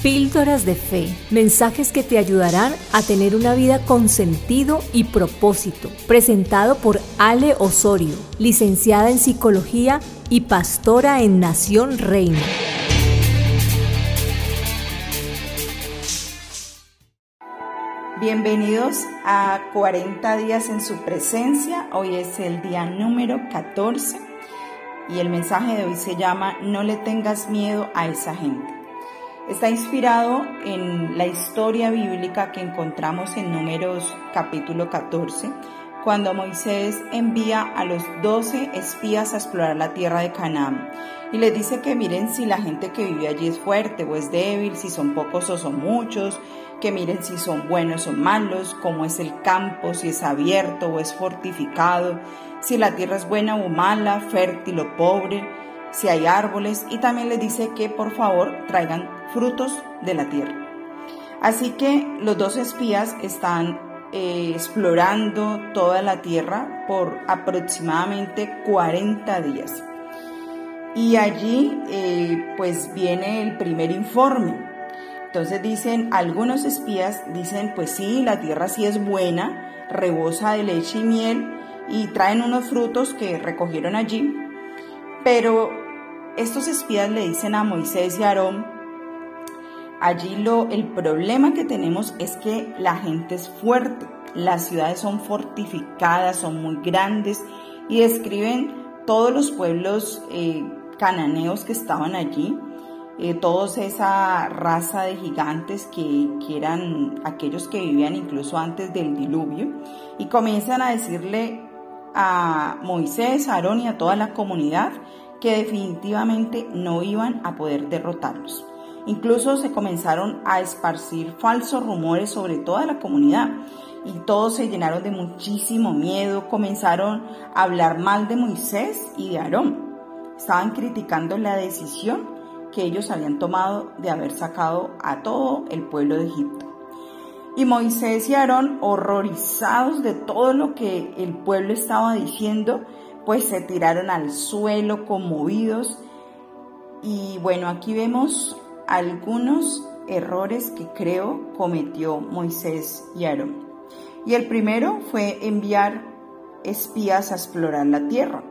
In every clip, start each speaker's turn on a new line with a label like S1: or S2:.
S1: Píldoras de fe, mensajes que te ayudarán a tener una vida con sentido y propósito. Presentado por Ale Osorio, licenciada en Psicología y pastora en Nación Reina.
S2: Bienvenidos a 40 días en su presencia. Hoy es el día número 14 y el mensaje de hoy se llama No le tengas miedo a esa gente. Está inspirado en la historia bíblica que encontramos en Números capítulo 14, cuando Moisés envía a los 12 espías a explorar la tierra de Canaán y les dice que miren si la gente que vive allí es fuerte o es débil, si son pocos o son muchos, que miren si son buenos o malos, cómo es el campo, si es abierto o es fortificado, si la tierra es buena o mala, fértil o pobre, si hay árboles, y también les dice que por favor traigan frutos de la tierra. Así que los 12 espías están explorando toda la tierra por aproximadamente 40 días. Y allí pues viene el primer informe. Entonces dicen, algunos espías dicen, pues sí, la tierra sí es buena, rebosa de leche y miel, y traen unos frutos que recogieron allí, pero estos espías le dicen a Moisés y a Aarón, allí el problema que tenemos es que la gente es fuerte, las ciudades son fortificadas, son muy grandes, y describen todos los pueblos cananeos que estaban allí, todos esa raza de gigantes que eran aquellos que vivían incluso antes del diluvio, y comienzan a decirle a Moisés, a Aarón y a toda la comunidad que definitivamente no iban a poder derrotarlos. Incluso se comenzaron a esparcir falsos rumores sobre toda la comunidad y todos se llenaron de muchísimo miedo, comenzaron a hablar mal de Moisés y de Aarón. Estaban criticando la decisión que ellos habían tomado de haber sacado a todo el pueblo de Egipto. Y Moisés y Aarón, horrorizados de todo lo que el pueblo estaba diciendo, pues se tiraron al suelo conmovidos. Y bueno, aquí vemos algunos errores que creo cometió Moisés y Aarón. Y el primero fue enviar espías a explorar la tierra.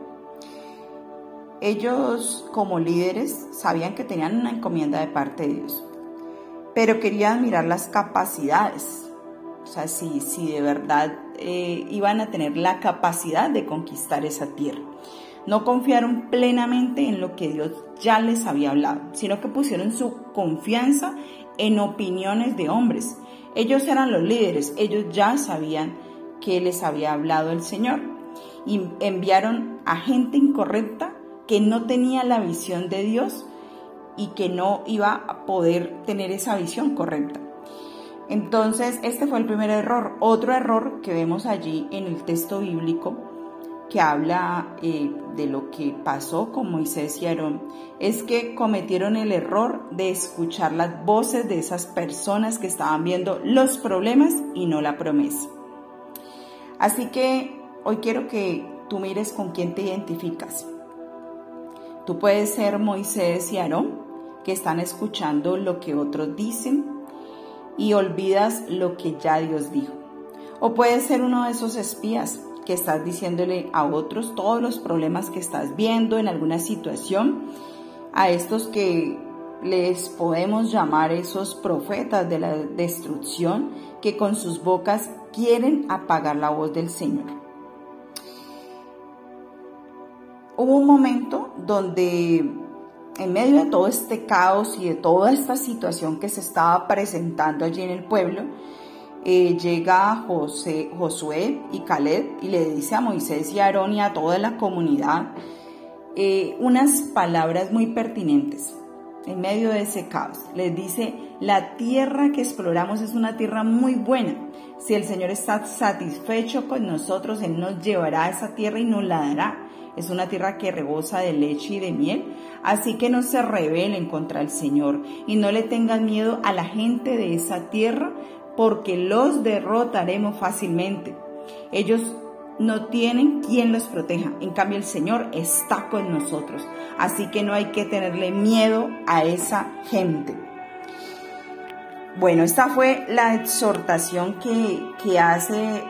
S2: Ellos, como líderes, sabían que tenían una encomienda de parte de Dios, pero querían mirar las capacidades, o sea, si de verdad iban a tener la capacidad de conquistar esa tierra. No confiaron plenamente en lo que Dios ya les había hablado, sino que pusieron su confianza en opiniones de hombres. Ellos eran los líderes, ellos ya sabían que les había hablado el Señor, y enviaron a gente incorrecta que no tenía la visión de Dios y que no iba a poder tener esa visión correcta. Entonces, este fue el primer error. Otro error que vemos allí en el texto bíblico que habla de lo que pasó con Moisés y Aarón es que cometieron el error de escuchar las voces de esas personas que estaban viendo los problemas y no la promesa. Así que hoy quiero que tú mires con quién te identificas. Tú puedes ser Moisés y Aarón, que están escuchando lo que otros dicen y olvidas lo que ya Dios dijo. O puedes ser uno de esos espías que estás diciéndole a otros todos los problemas que estás viendo en alguna situación, a estos que les podemos llamar esos profetas de la destrucción, que con sus bocas quieren apagar la voz del Señor. Hubo un momento donde, en medio de todo este caos y de toda esta situación que se estaba presentando allí en el pueblo, llega Josué y Caleb y le dice a Moisés y a Aarón y a toda la comunidad unas palabras muy pertinentes en medio de ese caos. Les dice, la tierra que exploramos es una tierra muy buena. Si el Señor está satisfecho con nosotros, Él nos llevará a esa tierra y nos la dará. Es una tierra que rebosa de leche y de miel, así que no se rebelen contra el Señor y no le tengan miedo a la gente de esa tierra, porque los derrotaremos fácilmente. Ellos no tienen quien los proteja, en cambio el Señor está con nosotros, así que no hay que tenerle miedo a esa gente. Bueno, esta fue la exhortación que hace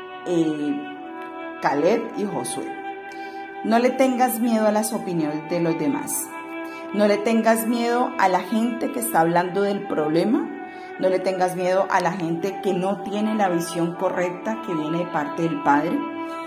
S2: Caleb y Josué. No le tengas miedo a las opiniones de los demás. No le tengas miedo a la gente que está hablando del problema. No le tengas miedo a la gente que no tiene la visión correcta que viene de parte del Padre.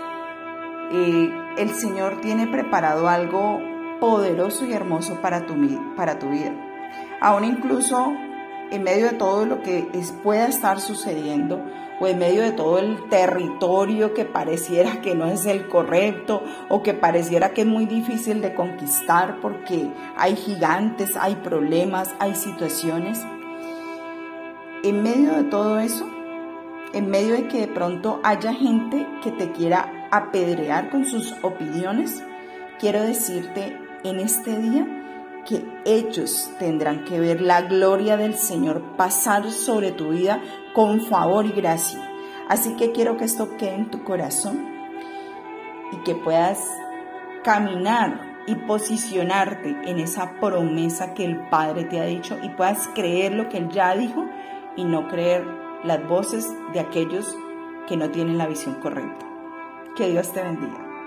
S2: El Señor tiene preparado algo poderoso y hermoso para tu vida. Aún incluso en medio de todo lo que pueda estar sucediendo, o en medio de todo el territorio que pareciera que no es el correcto, o que pareciera que es muy difícil de conquistar porque hay gigantes, hay problemas, hay situaciones. En medio de todo eso, en medio de que de pronto haya gente que te quiera apedrear con sus opiniones, quiero decirte en este día que ellos tendrán que ver la gloria del Señor pasar sobre tu vida con favor y gracia. Así que quiero que esto quede en tu corazón y que puedas caminar y posicionarte en esa promesa que el Padre te ha dicho y puedas creer lo que Él ya dijo y no creer las voces de aquellos que no tienen la visión correcta. Que Dios te bendiga.